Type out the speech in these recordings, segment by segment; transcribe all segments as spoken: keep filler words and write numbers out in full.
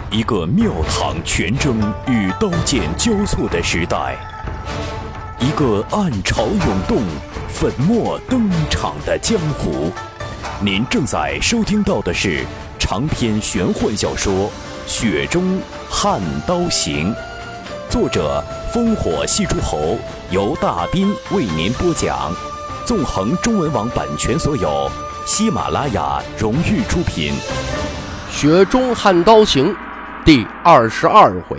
一个庙堂权争与刀剑交错的时代，一个暗潮涌动、粉墨登场的江湖。您正在收听到的是长篇玄幻小说《雪中悍刀行》，作者烽火戏诸侯，由大斌为您播讲。纵横中文网版权所有，喜马拉雅荣誉出品。 《雪中悍刀行》第二十二回，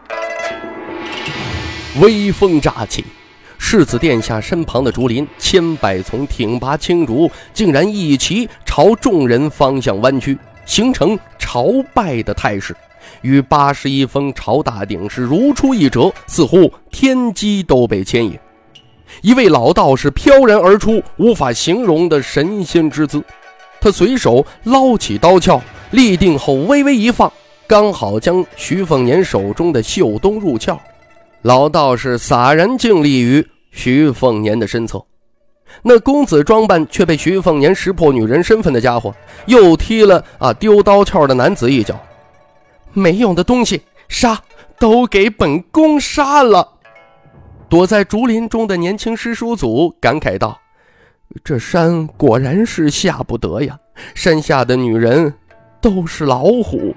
微风乍起，世子殿下身旁的竹林千百丛挺拔青竹竟然一齐朝众人方向弯曲，形成朝拜的态势，与八十一峰朝大顶是如出一辙，似乎天机都被牵引。一位老道士飘然而出，无法形容的神仙之姿。他随手捞起刀鞘，立定后微微一放，刚好将徐凤年手中的绣东入鞘。老道士洒然静立于徐凤年的身侧，那公子装扮却被徐凤年识破女人身份的家伙又踢了啊丢刀鞘的男子一脚。没用的东西，杀！都给本宫杀了！躲在竹林中的年轻师叔祖感慨道：这山果然是下不得呀，山下的女人都是老虎。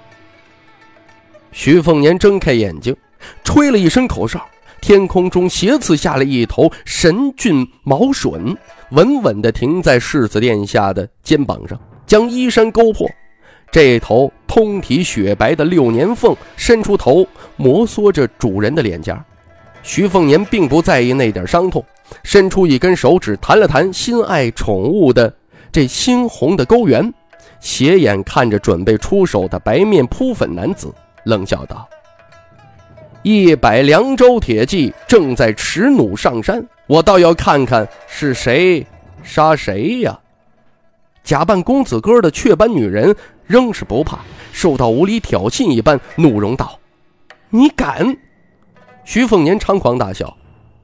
徐凤年睁开眼睛，吹了一声口哨，天空中斜刺下了一头神骏毛隼，稳稳地停在世子殿下的肩膀上，将衣衫勾破。这头通体雪白的六年凤伸出头，摩挲着主人的脸颊。徐凤年并不在意那点伤痛，伸出一根手指弹了弹心爱宠物的这猩红的沟圆，斜眼看着准备出手的白面扑粉男子，冷笑道：一百凉州铁骑正在持弩上山，我倒要看看是谁杀谁呀！假扮公子哥的雀斑女人仍是不怕，受到无理挑衅一般，怒容道：你敢！徐凤年猖狂大笑，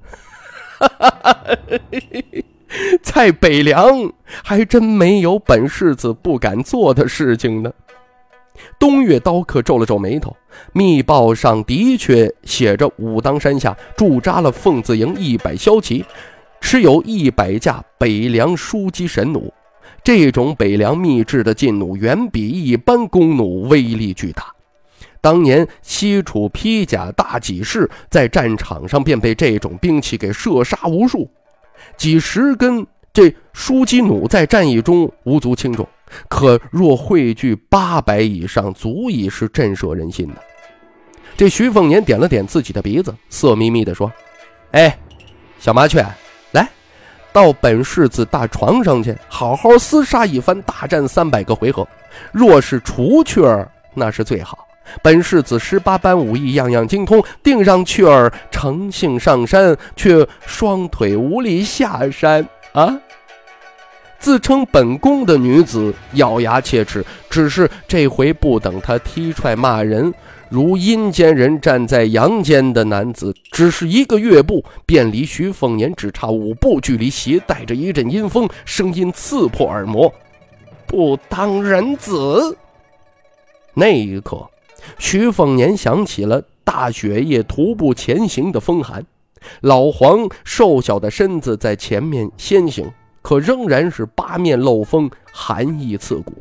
在北凉还真没有本世子不敢做的事情呢。东岳刀客皱了皱眉头，密报上的确写着武当山下驻扎了凤字营一百骁骑，持有一百架北凉枢机神弩。这种北凉秘制的劲弩远比一般弓弩威力巨大。当年西楚披甲大几世在战场上便被这种兵器给射杀无数，几十根这枢机弩在战役中无足轻重，可若汇聚八百以上，足以是震慑人心的。这徐凤年点了点自己的鼻子，色眯眯地说：哎，小麻雀，来到本世子大床上去，好好厮杀一番，大战三百个回合。若是雏雀儿，那是最好。本世子十八般武艺样样精通，定让雀儿乘兴上山，却双腿无力下山啊！自称本宫的女子咬牙切齿，只是这回不等他踢踹骂人，如阴间人站在阳间的男子，只是一个跃步便离徐凤年只差五步距离，携带着一阵阴风，声音刺破耳膜：不当人子！那一刻，徐凤年想起了大雪夜徒步前行的风寒，老黄瘦小的身子在前面先行，可仍然是八面漏风，寒意刺骨。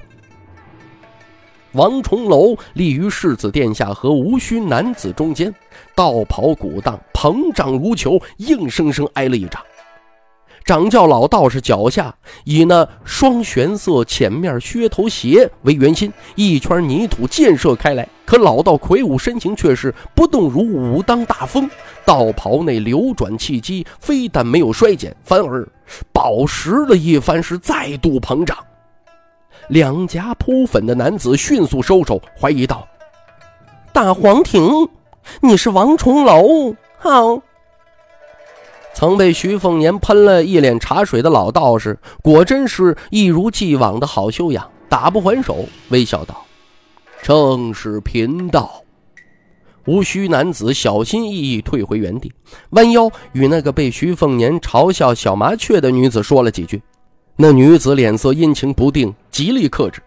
王重楼立于世子殿下和无须男子中间，道袍鼓荡，膨胀如球，硬生生挨了一掌。掌教老道士脚下以那双玄色浅面靴头鞋为圆心，一圈泥土溅射开来，可老道魁梧身形却是不动如武当大风，道袍内流转气机非但没有衰减，反而饱实了一番，是再度膨胀。两颊扑粉的男子迅速收手，怀疑道：大黄庭，你是王重楼？好。曾被徐凤年喷了一脸茶水的老道士，果真是一如既往的好修养，打不还手，微笑道：正是贫道。无须男子小心翼翼退回原地，弯腰与那个被徐凤年嘲笑小麻雀的女子说了几句。那女子脸色阴晴不定，极力克制。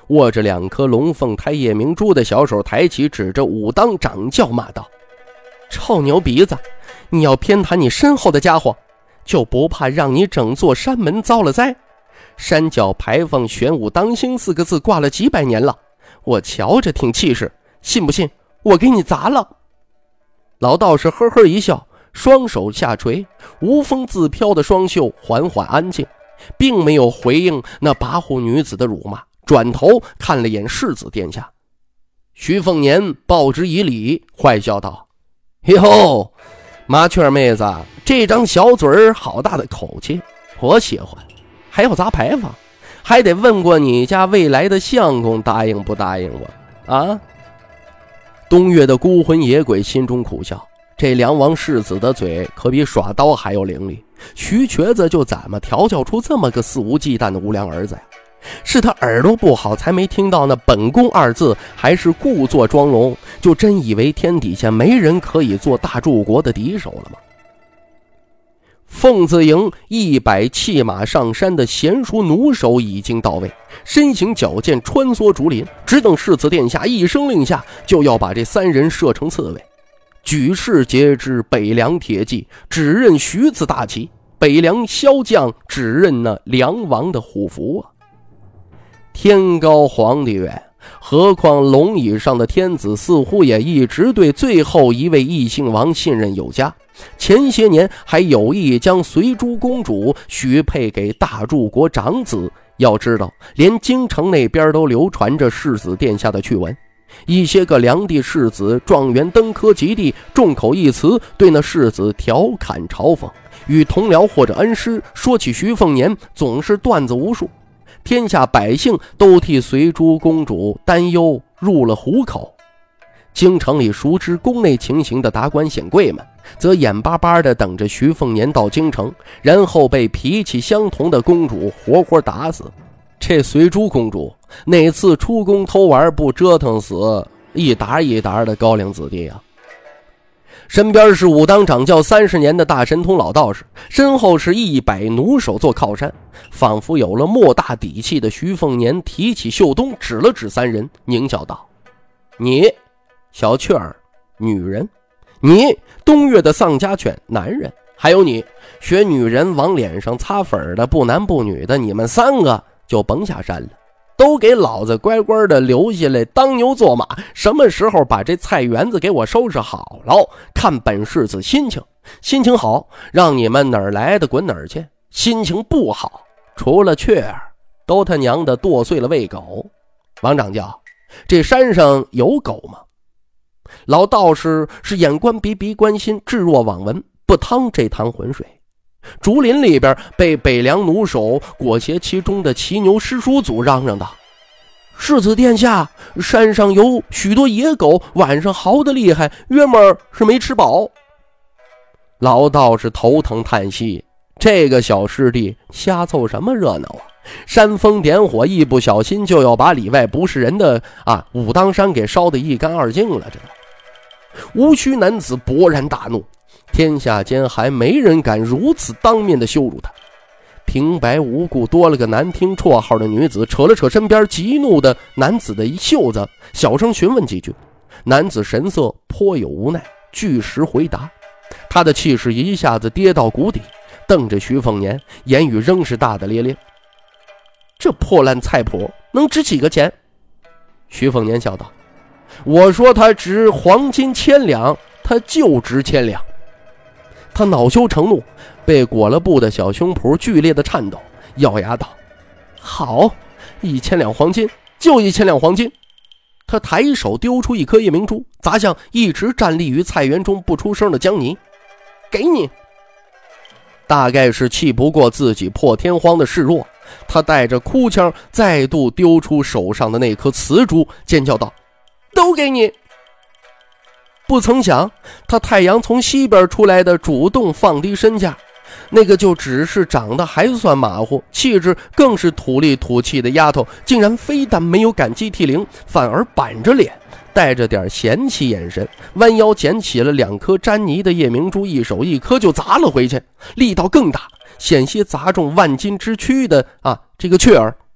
握着两颗龙凤胎夜明珠的小手抬起，指着武当掌教骂道：臭牛鼻子，你要偏袒你身后的家伙，就不怕让你整座山门遭了灾？山脚牌坊玄武当兴四个字挂了几百年了，我瞧着挺气势，信不信我给你砸了？老道士呵呵一笑，双手下垂，无风自飘的双袖缓缓安静，并没有回应那跋扈女子的辱骂，转头看了眼世子殿下。徐凤年报之以礼，坏笑道：哟，麻雀妹子，这张小嘴儿好大的口气，我喜欢。还要砸牌坊，还得问过你家未来的相公答应不答应我啊？东岳的孤魂野鬼心中苦笑，这梁王世子的嘴可比耍刀还要伶俐，徐瘸子就怎么调教出这么个肆无忌惮的无良儿子呀？是他耳朵不好才没听到那本宫二字，还是故作妆容，就真以为天底下没人可以做大柱国的敌手了吗？凤子营一百骑马上山的娴熟弩手已经到位，身形矫健，穿梭竹林，只等世子殿下一声令下，就要把这三人射成刺猬。举世皆知北凉铁骑只认徐字大旗，北凉骁将只认那梁王的虎符啊！天高皇帝远，何况龙椅上的天子似乎也一直对最后一位异姓王信任有加，前些年还有意将随珠公主许配给大柱国长子。要知道，连京城那边都流传着世子殿下的趣闻，一些个梁地世子状元登科及第，众口一词对那世子调侃嘲讽，与同僚或者恩师说起徐凤年，总是段子无数。天下百姓都替随珠公主担忧入了虎口，京城里熟知宫内情形的达官显贵们则眼巴巴地等着徐凤年到京城，然后被脾气相同的公主活活打死。这随珠公主哪次出宫偷玩不折腾死一沓一沓的高粱子弟啊？身边是武当掌教三十年的大神通老道士，身后是一百弩手做靠山，仿佛有了莫大底气的徐凤年提起袖东，指了指三人，狞笑道：你小雀儿女人，你东岳的丧家犬男人，还有你学女人往脸上擦粉的不男不女的，你们三个就甭下山了，都给老子乖乖的留下来当牛做马，什么时候把这菜园子给我收拾好了，看本世子心情。心情好，让你们哪儿来的滚哪儿去；心情不好，除了雀儿，都他娘的剁碎了喂狗。王掌教，这山上有狗吗？老道士是眼观鼻，鼻观心，置若罔闻，不趟这滩浑水。竹林里边被北凉弩手裹挟其中的骑牛师叔祖嚷嚷道：世子殿下，山上有许多野狗，晚上嚎得厉害，约么是没吃饱。老道士头疼叹息，这个小师弟瞎凑什么热闹啊？煽风点火，一不小心就要把里外不是人的啊武当山给烧得一干二净了。这无须男子勃然大怒，天下间还没人敢如此当面的羞辱他。平白无故多了个难听绰号的女子，扯了扯身边激怒的男子的一袖子，小声询问几句。男子神色颇有无奈，据实回答。他的气势一下子跌到谷底，瞪着徐凤年，言语仍是大大咧咧：这破烂菜谱能值几个钱？徐凤年笑道：我说他值黄金千两，他就值千两。他恼羞成怒，被裹了布的小胸脯剧烈的颤抖，咬牙道：好，一千两黄金，就一千两黄金。他抬手丢出一颗夜明珠，砸向一直站立于菜园中不出声的江泥：给你。大概是气不过自己破天荒的示弱，他带着哭腔再度丢出手上的那颗瓷珠，尖叫道：都给你。不曾想，他太阳从西边出来的主动放低身价，那个就只是长得还算马虎，气质更是土里土气的丫头，竟然非但没有感激涕零，反而板着脸，带着点嫌弃眼神，弯腰捡起了两颗沾泥的夜明珠，一手一颗就砸了回去，力道更大，险些砸中万斤之躯的啊这个雀儿。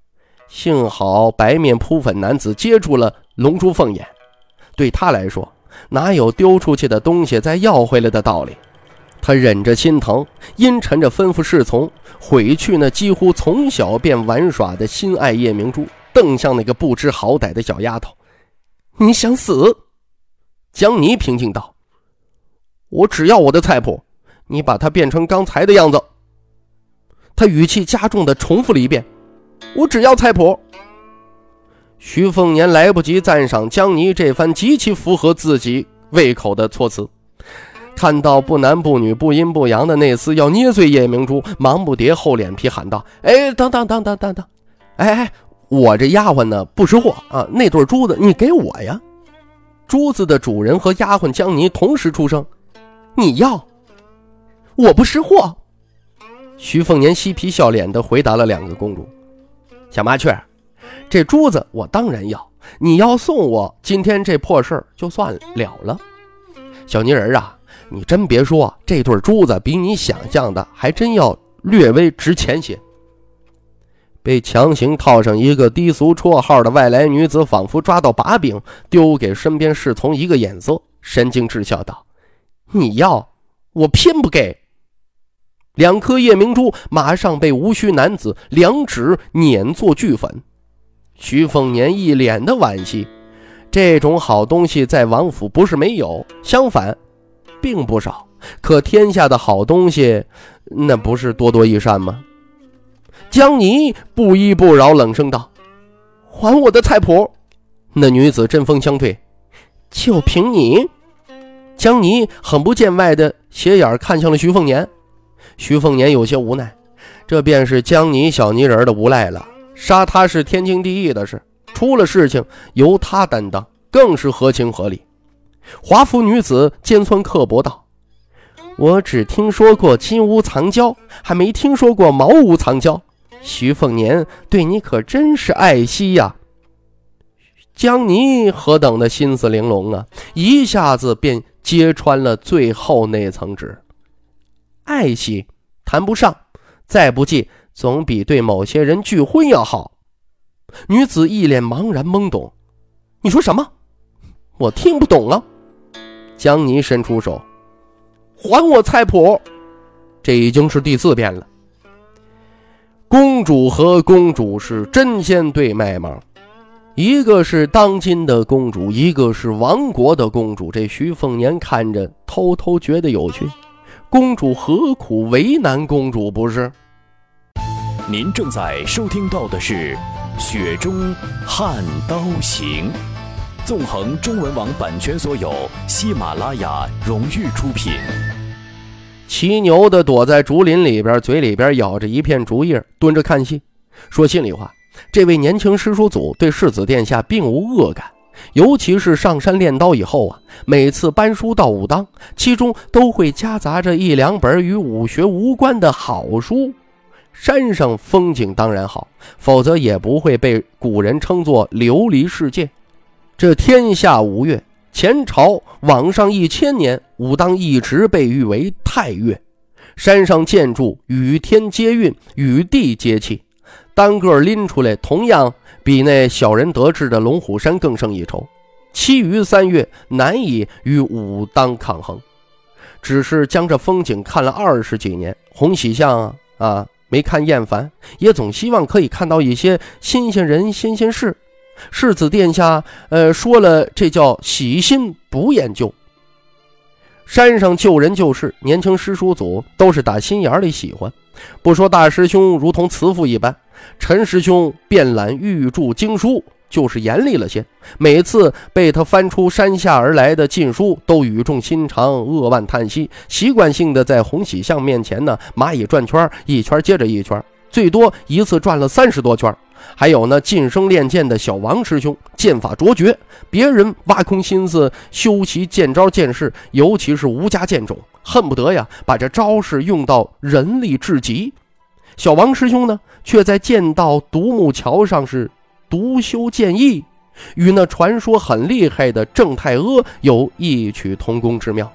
幸好白面扑粉男子接住了龙珠凤眼，对他来说哪有丢出去的东西再要回来的道理。他忍着心疼，阴沉着吩咐侍从回去那几乎从小便玩耍的心爱叶明珠，瞪向那个不知好歹的小丫头。你想死？江泥平静道，我只要我的菜谱，你把它变成刚才的样子。他语气加重地重复了一遍，我只要菜谱。徐凤年来不及赞赏江泥这番极其符合自己胃口的措辞，看到不男不女不阴不阳的那厮要捏碎叶明珠，忙不迭厚脸皮喊道，哎，等等等等等等，哎哎，我这丫鬟呢不识货啊，那对珠子你给我呀。珠子的主人和丫鬟江泥同时出声，你要？我不识货。徐凤年嬉皮笑脸地回答了两个公主，小麻雀，这珠子我当然要，你要送我，今天这破事儿就算了了。小泥人啊，你真别说，这对珠子比你想象的还真要略微值钱些。被强行套上一个低俗绰号的外来女子仿佛抓到把柄，丢给身边侍从一个眼色，神经质笑道，你要，我偏不给。两颗夜明珠马上被无须男子两指碾作飓粉。徐凤年一脸的惋惜，这种好东西在王府不是没有，相反并不少，可天下的好东西那不是多多益善吗？江泥不依不饶，冷声道，还我的菜谱。那女子针锋相对，就凭你？江泥很不见外的斜眼看向了徐凤年。徐凤年有些无奈，这便是江泥小泥人的无赖了，杀他是天经地义的事，出了事情由他担当，更是合情合理。华服女子尖酸刻薄道，我只听说过金屋藏娇，还没听说过茅屋藏娇，徐凤年对你可真是爱惜呀。江泥何等的心思玲珑啊，一下子便揭穿了最后那层纸。爱惜谈不上，再不济总比对某些人拒婚要好。女子一脸茫然懵懂，你说什么？我听不懂啊。江泥伸出手，还我菜谱。这已经是第四遍了。公主和公主是针尖对麦芒，一个是当今的公主，一个是亡国的公主。这徐凤年看着偷偷觉得有趣，公主何苦为难公主不是？ 您正在收听到的是《雪中悍刀行》，纵横中文网版权所有，喜马拉雅荣誉出品。 骑牛的躲在竹林里边，嘴里边咬着一片竹叶，蹲着看戏。说心里话，这位年轻师叔祖对世子殿下并无恶感，尤其是上山练刀以后啊，每次搬书到武当，其中都会夹杂着一两本与武学无关的好书。山上风景当然好，否则也不会被古人称作琉璃世界。这天下五岳，前朝往上一千年，武当一直被誉为太岳。山上建筑与天接运，与地接气，单个拎出来同样比那小人得志的龙虎山更胜一筹，其余三岳难以与武当抗衡。只是将这风景看了二十几年，洪喜相啊啊没看厌烦，也总希望可以看到一些新鲜人新鲜事。世子殿下呃说了，这叫喜新不厌旧。山上救人救世，年轻师叔祖都是打心眼里喜欢。不说大师兄如同慈父一般，陈师兄遍览御著经书就是严厉了些，每次被他翻出山下而来的禁书，都语重心长，扼腕叹息，习惯性的在洪喜相面前呢蚂蚁转圈，一圈接着一圈，最多一次转了三十多圈。还有呢，晋升练剑的小王师兄剑法卓绝，别人挖空心思修习剑招剑式，尤其是无家剑种，恨不得呀把这招式用到人力至极。小王师兄呢，却在剑道独木桥上是独修剑艺，与那传说很厉害的郑太阿有异曲同工之妙。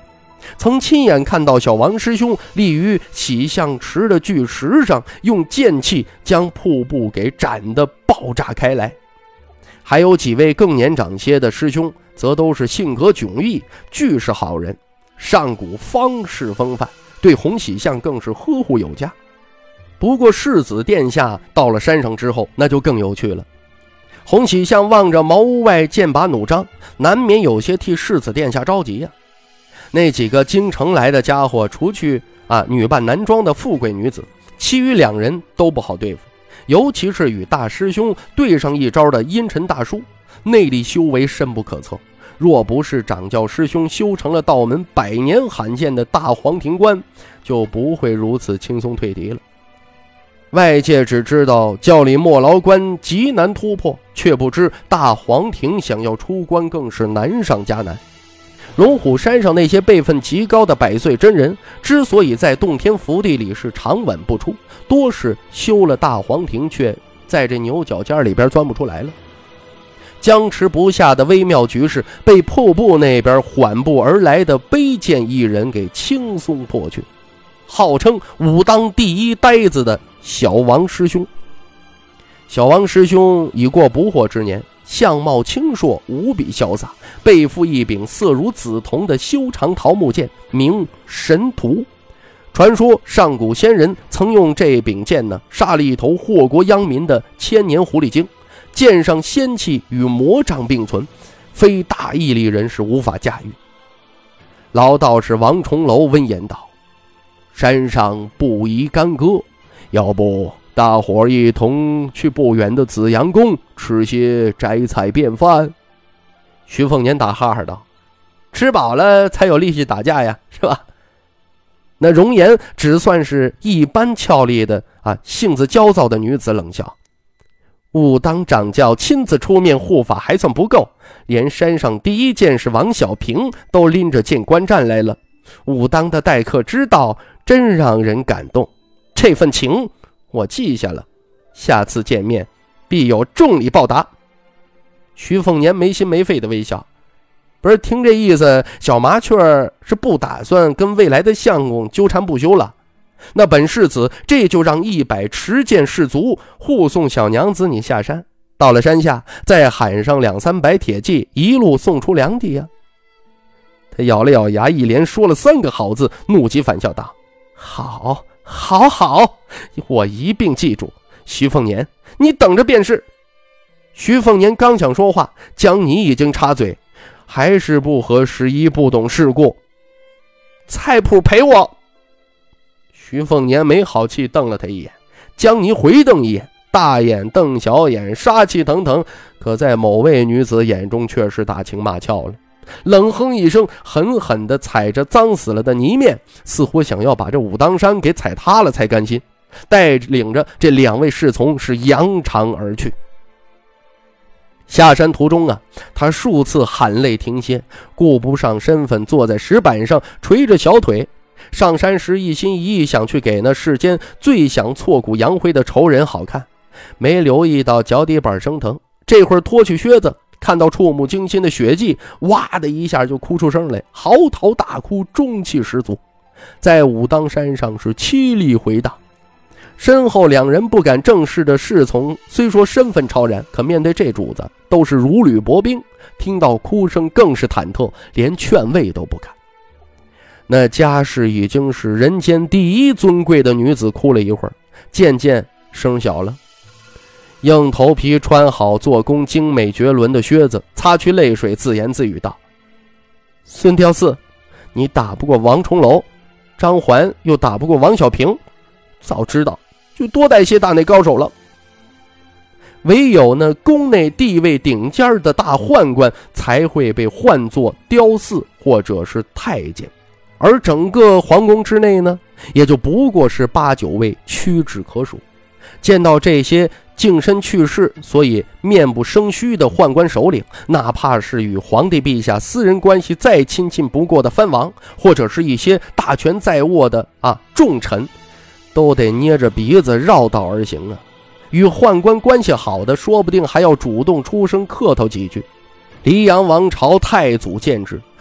曾亲眼看到小王师兄立于洗象池的巨石上，用剑气将瀑布给斩得爆炸开来。还有几位更年长些的师兄则都是性格迥异，俱是好人，上古方式风范，对洪喜相更是呵护有加。不过世子殿下到了山上之后，那就更有趣了。洪喜相望着茅屋外剑拔弩张，难免有些替世子殿下着急呀、啊。那几个京城来的家伙，除去啊女扮男装的富贵女子，其余两人都不好对付，尤其是与大师兄对上一招的阴沉大叔，内力修为深不可测。若不是掌教师兄修成了道门百年罕见的大黄庭关，就不会如此轻松退敌了。外界只知道教里莫劳关极难突破，却不知大黄庭想要出关更是难上加难。龙虎山上那些辈分极高的百岁真人，之所以在洞天福地里是长稳不出，多是修了大黄庭，却在这牛角尖里边钻不出来了。僵持不下的微妙局势，被瀑布那边缓步而来的卑贱一人给轻松破去。号称武当第一呆子的小王师兄。小王师兄已过不惑之年，相貌清硕，无比潇洒，背负一柄色如紫铜的修长桃木剑，名神荼。传说上古仙人曾用这柄剑呢，杀了一头祸国殃民的千年狐狸精，剑上仙气与魔障并存，非大毅力人是无法驾驭。老道士王重楼温言道：山上不宜干戈，要不大伙一同去不远的紫阳宫吃些摘菜便饭。徐凤年打哈哈道：吃饱了才有力气打架呀，是吧？那容颜只算是一般俏丽的啊，性子焦躁的女子冷笑：武当掌教亲自出面护法还算不够，连山上第一剑士王小平都拎着剑观战来了。武当的待客之道真让人感动，这份情我记下了，下次见面必有重礼报答。徐凤年没心没肺的微笑：不是，听这意思，小麻雀是不打算跟未来的相公纠缠不休了？那本世子这就让一百持剑士卒护送小娘子你下山，到了山下再喊上两三百铁骑，一路送出良地呀。他咬了咬牙，一连说了三个好字，怒极反笑道：好好好，我一并记住。徐凤年，你等着便是。徐凤年刚想说话，江泥已经插嘴：还是不合时宜，不懂世故。菜谱陪我。徐凤年没好气瞪了他一眼，江泥回瞪一眼，大眼瞪小眼，杀气腾腾，可在某位女子眼中却是大情骂俏了。冷哼一声，狠狠地踩着脏死了的泥面，似乎想要把这武当山给踩塌了才甘心，带领着这两位侍从是扬长而去。下山途中啊，他数次含泪停歇，顾不上身份，坐在石板上垂着小腿。上山时一心一意想去给那世间最想挫骨扬灰的仇人好看，没留意到脚底板生疼，这会儿脱去靴子，看到触目惊心的血迹，哇的一下就哭出声来，嚎啕大哭，中气十足，在武当山上是凄厉回荡。身后两人不敢正视的侍从虽说身份超然，可面对这主子都是如履薄冰，听到哭声更是忐忑，连劝慰都不敢。那家世已经是人间第一尊贵的女子哭了一会儿，渐渐声小了。硬头皮穿好做工精美绝伦的靴子，擦去泪水，自言自语道：孙雕四，你打不过王重楼，张环又打不过王小平，早知道就多带些大内高手了。唯有那宫内地位顶尖的大宦官才会被唤作雕四或者是太监，而整个皇宫之内呢，也就不过是八九位屈指可数。见到这些净身去世，所以面不生须的宦官首领，哪怕是与皇帝陛下私人关系再亲近不过的藩王，或者是一些大权在握的啊重臣，都得捏着鼻子绕道而行啊。与宦官关系好的，说不定还要主动出声客套几句。黎阳王朝太祖建制，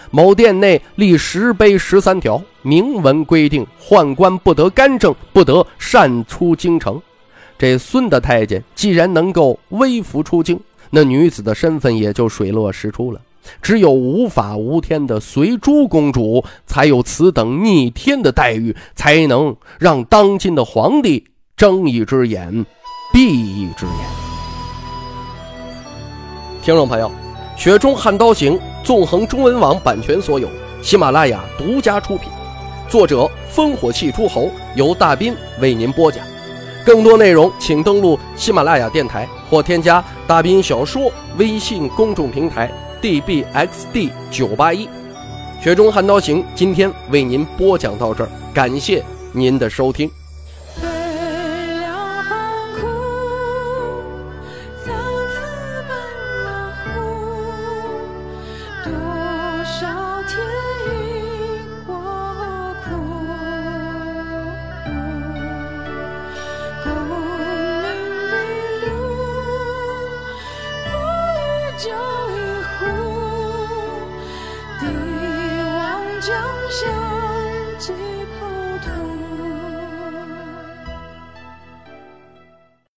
某殿内立石碑十三条，明文规定宦官不得干政，不得擅出京城。这孙的太监既然能够微服出京，那女子的身份也就水落石出了。只有无法无天的随珠公主才有此等逆天的待遇，才能让当今的皇帝睁一只眼闭一只眼。听众朋友，雪中悍刀行纵横中文网版权所有，喜马拉雅独家出品，作者烽火戏诸侯，由大斌为您播讲。更多内容请登录喜马拉雅电台或添加大斌小说微信公众平台 D B X D 九八一。雪中悍刀行今天为您播讲到这儿，感谢您的收听。 酒一壶，帝王将相